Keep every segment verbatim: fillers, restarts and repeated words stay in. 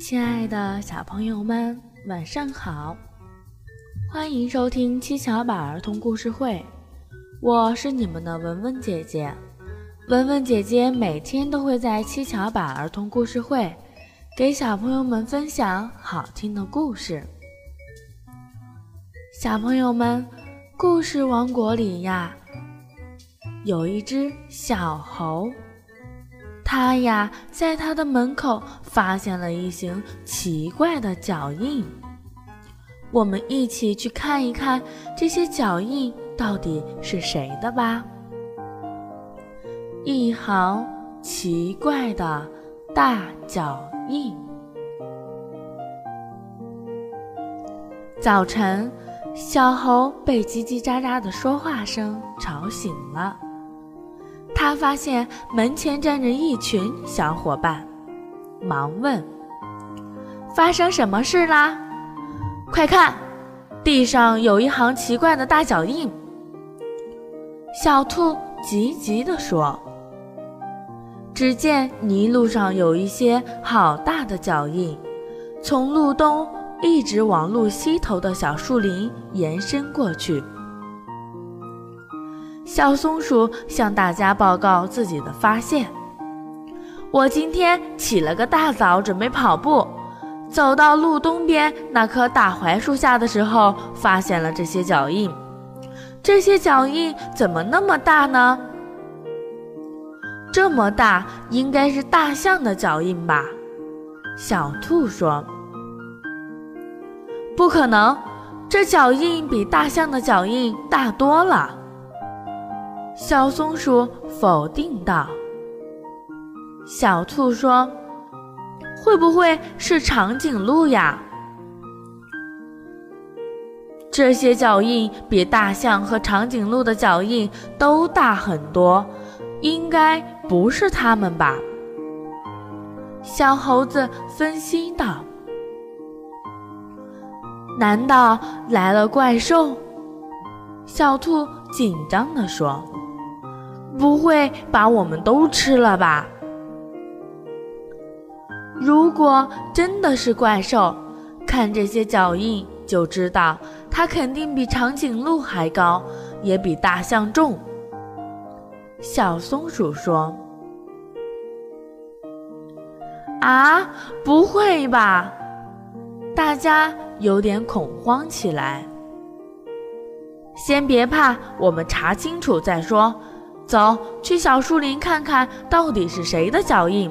亲爱的小朋友们，晚上好！欢迎收听七巧板儿童故事会，我是你们的文文姐姐。文文姐姐每天都会在七巧板儿童故事会给小朋友们分享好听的故事。小朋友们，故事王国里呀，有一只小猴，它呀在它的门口发现了一行奇怪的脚印。我们一起去看一看这些脚印到底是谁的吧。一行奇怪的大脚印。早晨，小猴被叽叽喳喳的说话声吵醒了。他发现门前站着一群小伙伴，忙问：发生什么事啦？快看，地上有一行奇怪的大脚印。小兔急急地说。只见泥路上有一些好大的脚印，从路东一直往路西头的小树林延伸过去。小松鼠向大家报告自己的发现：我今天起了个大早，准备跑步，走到路东边那棵大槐树下的时候，发现了这些脚印。这些脚印怎么那么大呢？这么大，应该是大象的脚印吧？小兔说。不可能，这脚印比大象的脚印大多了。小松鼠否定道。小兔说，会不会是长颈鹿呀？这些脚印比大象和长颈鹿的脚印都大很多，应该不是它们吧？小猴子分析道。难道来了怪兽？小兔紧张地说。不会把我们都吃了吧？如果真的是怪兽，看这些脚印就知道它肯定比长颈鹿还高，也比大象重。小松鼠说。啊，不会吧？大家有点恐慌起来。先别怕，我们查清楚再说。走，去小树林看看到底是谁的脚印。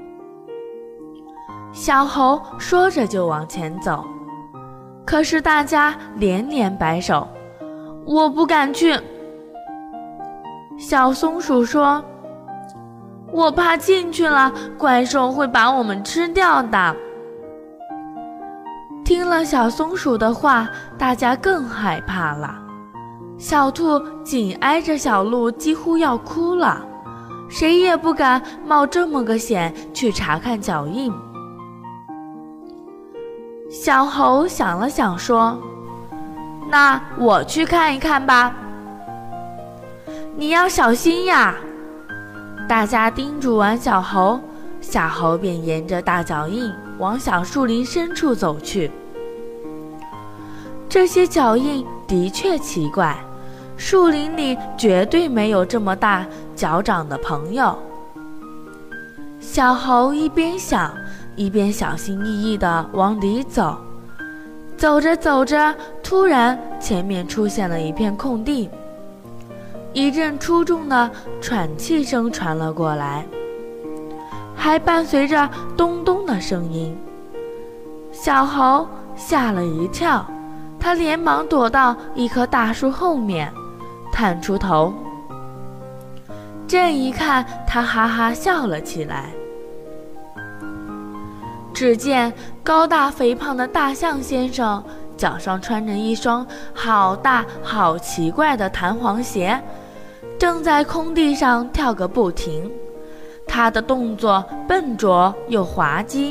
小猴说着就往前走，可是大家连连摆手，我不敢去。小松鼠说，我怕进去了，怪兽会把我们吃掉的。听了小松鼠的话，大家更害怕了。小兔紧挨着小鹿，几乎要哭了，谁也不敢冒这么个险去查看脚印。小猴想了想说，那我去看一看吧。你要小心呀！大家叮嘱完小猴，小猴便沿着大脚印往小树林深处走去。这些脚印的确奇怪，树林里绝对没有这么大脚掌的朋友。小猴一边想，一边小心翼翼地往里走。走着走着，突然前面出现了一片空地，一阵粗重的喘气声传了过来，还伴随着咚咚的声音。小猴吓了一跳，他连忙躲到一棵大树后面，探出头。这一看，他哈哈笑了起来。只见高大肥胖的大象先生脚上穿着一双好大好奇怪的弹簧鞋，正在空地上跳个不停。他的动作笨拙又滑稽。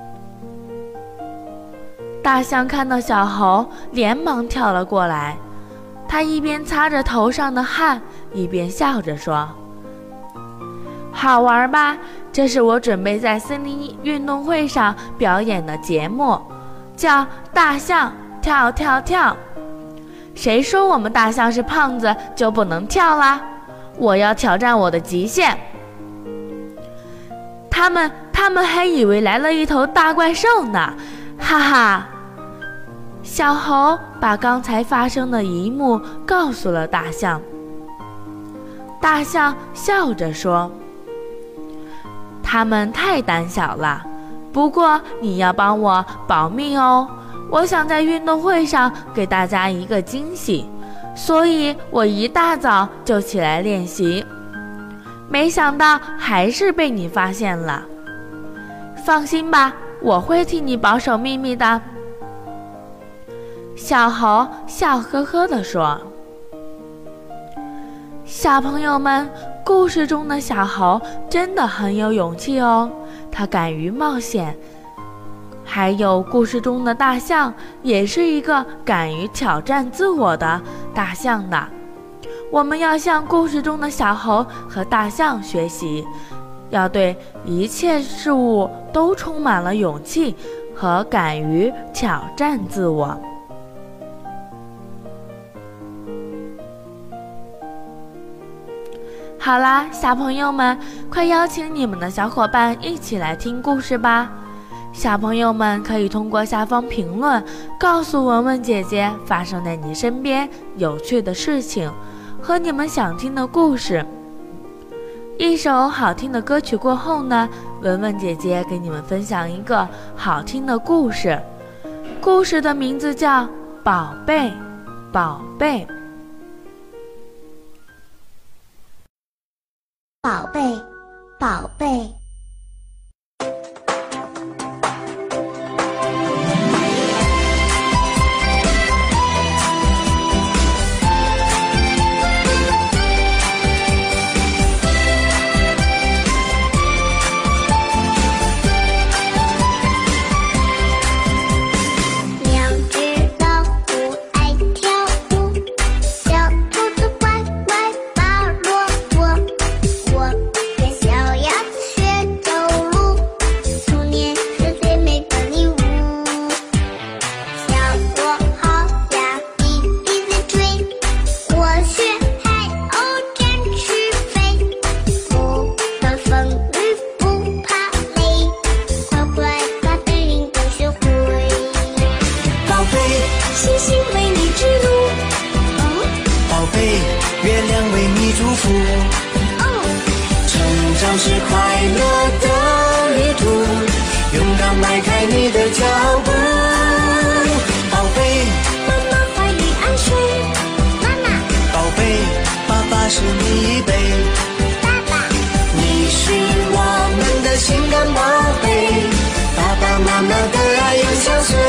大象看到小猴，连忙跳了过来。他一边擦着头上的汗，一边笑着说：好玩吧？ 这是我准备在森林运动会上表演的节目，叫大象跳跳跳。谁说我们大象是胖子就不能跳啦？我要挑战我的极限。他们他们还以为来了一头大怪兽呢，哈哈！小猴把刚才发生的一幕告诉了大象。大象笑着说：“他们太胆小了，不过你要帮我保命哦。我想在运动会上给大家一个惊喜，所以我一大早就起来练习。没想到还是被你发现了。放心吧，我会替你保守秘密的。”小猴笑呵呵地说。小朋友们，故事中的小猴真的很有勇气哦，他敢于冒险。还有故事中的大象也是一个敢于挑战自我的大象呢。我们要向故事中的小猴和大象学习，要对一切事物都充满了勇气和敢于挑战自我。好啦，小朋友们，快邀请你们的小伙伴一起来听故事吧。小朋友们可以通过下方评论告诉文文姐姐发生在你身边有趣的事情和你们想听的故事。一首好听的歌曲过后呢，文文姐姐给你们分享一个好听的故事，故事的名字叫《宝贝宝贝》。 宝贝宝贝， 是快乐的旅途，勇敢迈开你的脚步。宝贝， 妈妈怀里安睡。妈妈， 宝贝，爸爸是你一辈。 爸爸， 你是我们的心肝宝贝，爸爸妈妈的爱永相随。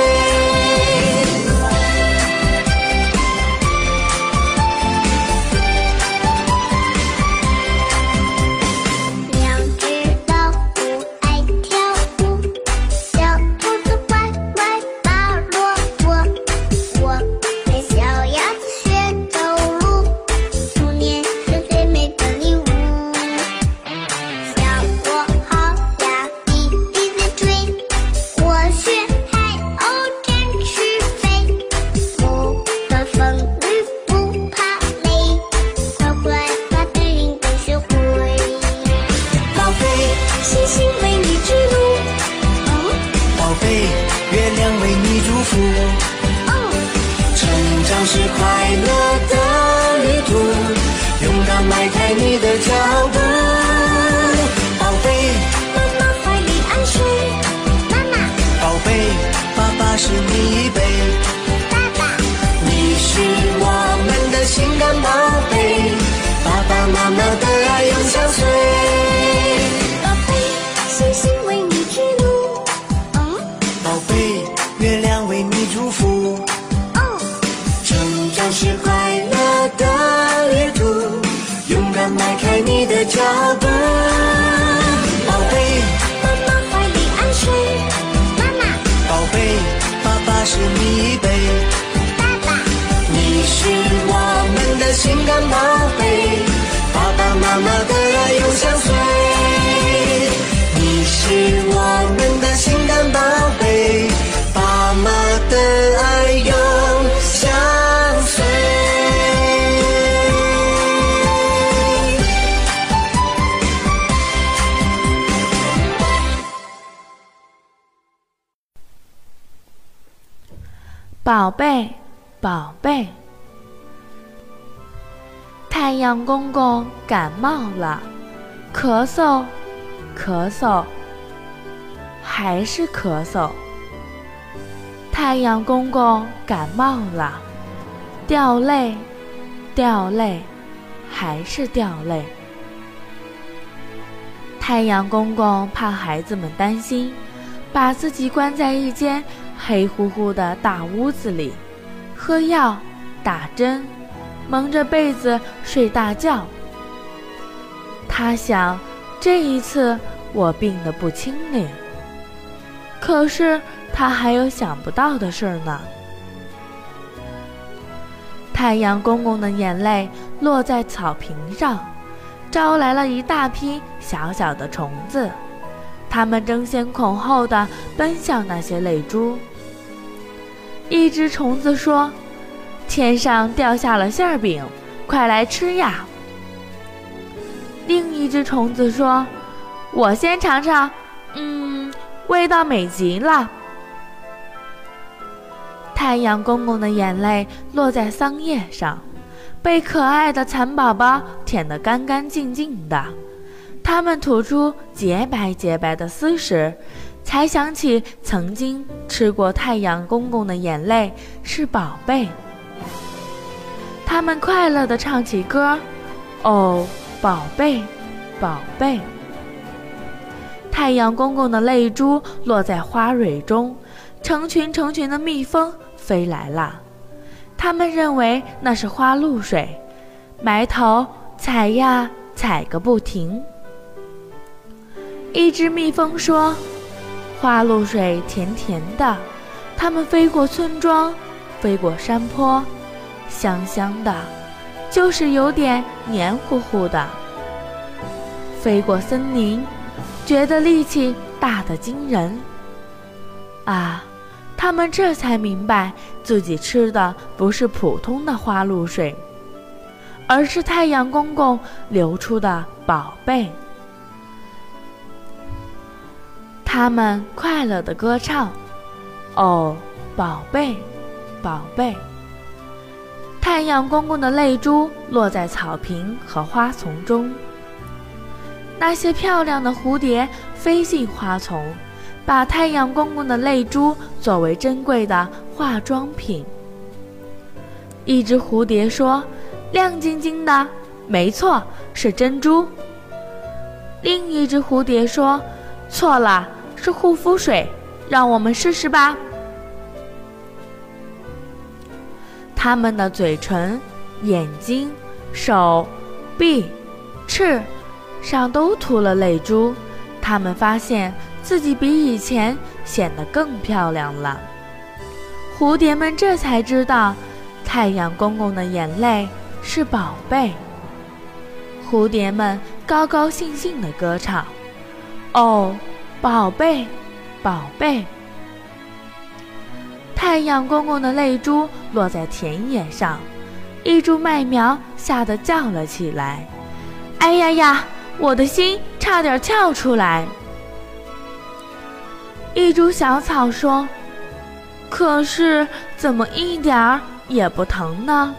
是快乐的旅途，勇敢迈开你的脚步。宝贝， 妈妈怀里安睡。妈妈， 宝贝，爸爸是你一辈。 爸爸， 你是我们的心肝宝贝，爸爸妈妈的爱永相随。 宝贝，星星为你指路。嗯， 宝贝，月亮为你祝福。是快乐的旅途，勇敢迈开你的脚步。宝贝， 妈妈怀里安睡。妈妈， 宝贝，爸爸是你一辈。 爸爸， 你是我们的心肝宝贝，爸爸妈妈的爱永相随。 是我们的心肝宝贝，爸妈的爱永相随。 宝贝，宝贝，太阳公公感冒了，咳嗽，咳嗽，还是咳嗽。太阳公公感冒了，掉泪，掉泪，还是掉泪。太阳公公怕孩子们担心，把自己关在一间黑乎乎的大屋子里，喝药，打针，蒙着被子睡大觉。他想，这一次我病得不轻灵。可是他还有想不到的事呢。太阳公公的眼泪落在草坪上，招来了一大批小小的虫子，它们争先恐后地奔向那些泪珠。一只虫子说：“天上掉下了馅饼，快来吃呀！”另一只虫子说：“我先尝尝，嗯，味道美极了。”太阳公公的眼泪落在桑叶上，被可爱的蚕宝宝舔得干干净净的。它们吐出洁白洁白的丝时，才想起曾经吃过太阳公公的眼泪是宝贝。他们快乐地唱起歌：“哦，宝贝，宝贝。”太阳公公的泪珠落在花蕊中，成群成群的蜜蜂飞来了。他们认为那是花露水，埋头采呀采个不停。一只蜜蜂说：“花露水甜甜的，它们飞过村庄，飞过山坡，香香的，就是有点黏糊糊的。飞过森林，觉得力气大得惊人。啊，他们这才明白自己吃的不是普通的花露水，而是太阳公公流出的宝贝。他们快乐地歌唱：“哦，宝贝，宝贝。”太阳公公的泪珠落在草坪和花丛中，那些漂亮的蝴蝶飞进花丛，把太阳公公的泪珠作为珍贵的化妆品。一只蝴蝶说：“亮晶晶的，没错，是珍珠。”另一只蝴蝶说：“错了，是护肤水，让我们试试吧。”它们的嘴唇、眼睛、手、臂、翅上都涂了泪珠，它们发现自己比以前显得更漂亮了。蝴蝶们这才知道，太阳公公的眼泪是宝贝。蝴蝶们高高兴兴地歌唱：“哦，宝贝，宝贝。”太阳公公的泪珠落在田野上，一株麦苗吓得叫了起来：“哎呀呀，我的心差点跳出来！”一株小草说：“可是怎么一点儿也不疼呢？”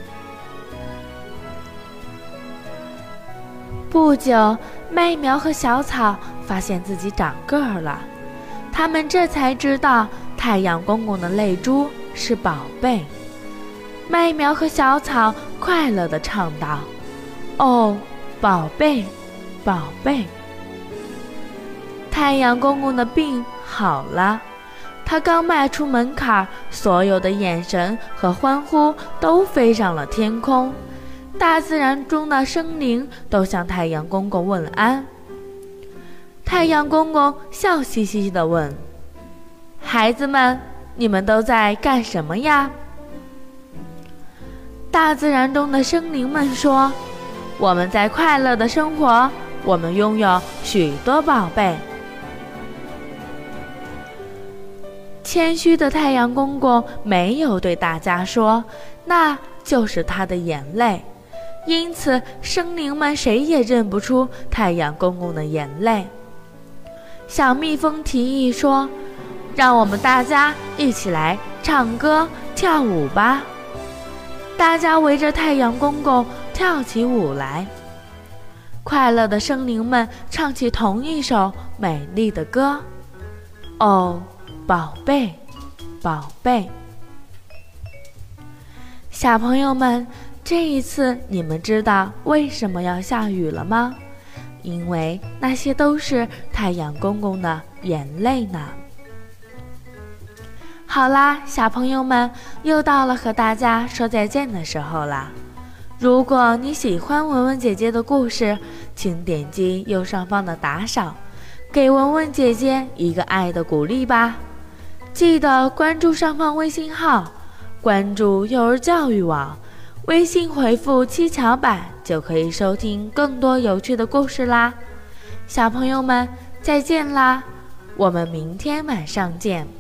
不久，麦苗和小草发现自己长个儿了，他们这才知道太阳公公的泪珠是宝贝。麦苗和小草快乐地唱道：“哦，宝贝，宝贝。”太阳公公的病好了，他刚迈出门槛，所有的眼神和欢呼都飞上了天空。大自然中的生灵都向太阳公公问安。太阳公公笑嘻嘻地问：“孩子们，你们都在干什么呀？”大自然中的生灵们说：“我们在快乐地生活，我们拥有许多宝贝。” 谦虚的太阳公公没有对大家说，那就是他的眼泪，因此生灵们谁也认不出太阳公公的眼泪。小蜜蜂提议说，让我们大家一起来唱歌跳舞吧。大家围着太阳公公跳起舞来，快乐的生灵们唱起同一首美丽的歌。哦，宝贝，宝贝。小朋友们，这一次你们知道为什么要下雨了吗？因为那些都是太阳公公的眼泪呢。好啦，小朋友们，又到了和大家说再见的时候啦。如果你喜欢文文姐姐的故事，请点击右上方的打赏，给文文姐姐一个爱的鼓励吧。记得关注上方微信号，关注幼儿教育网，微信回复七巧板就可以收听更多有趣的故事啦。小朋友们，再见啦，我们明天晚上见。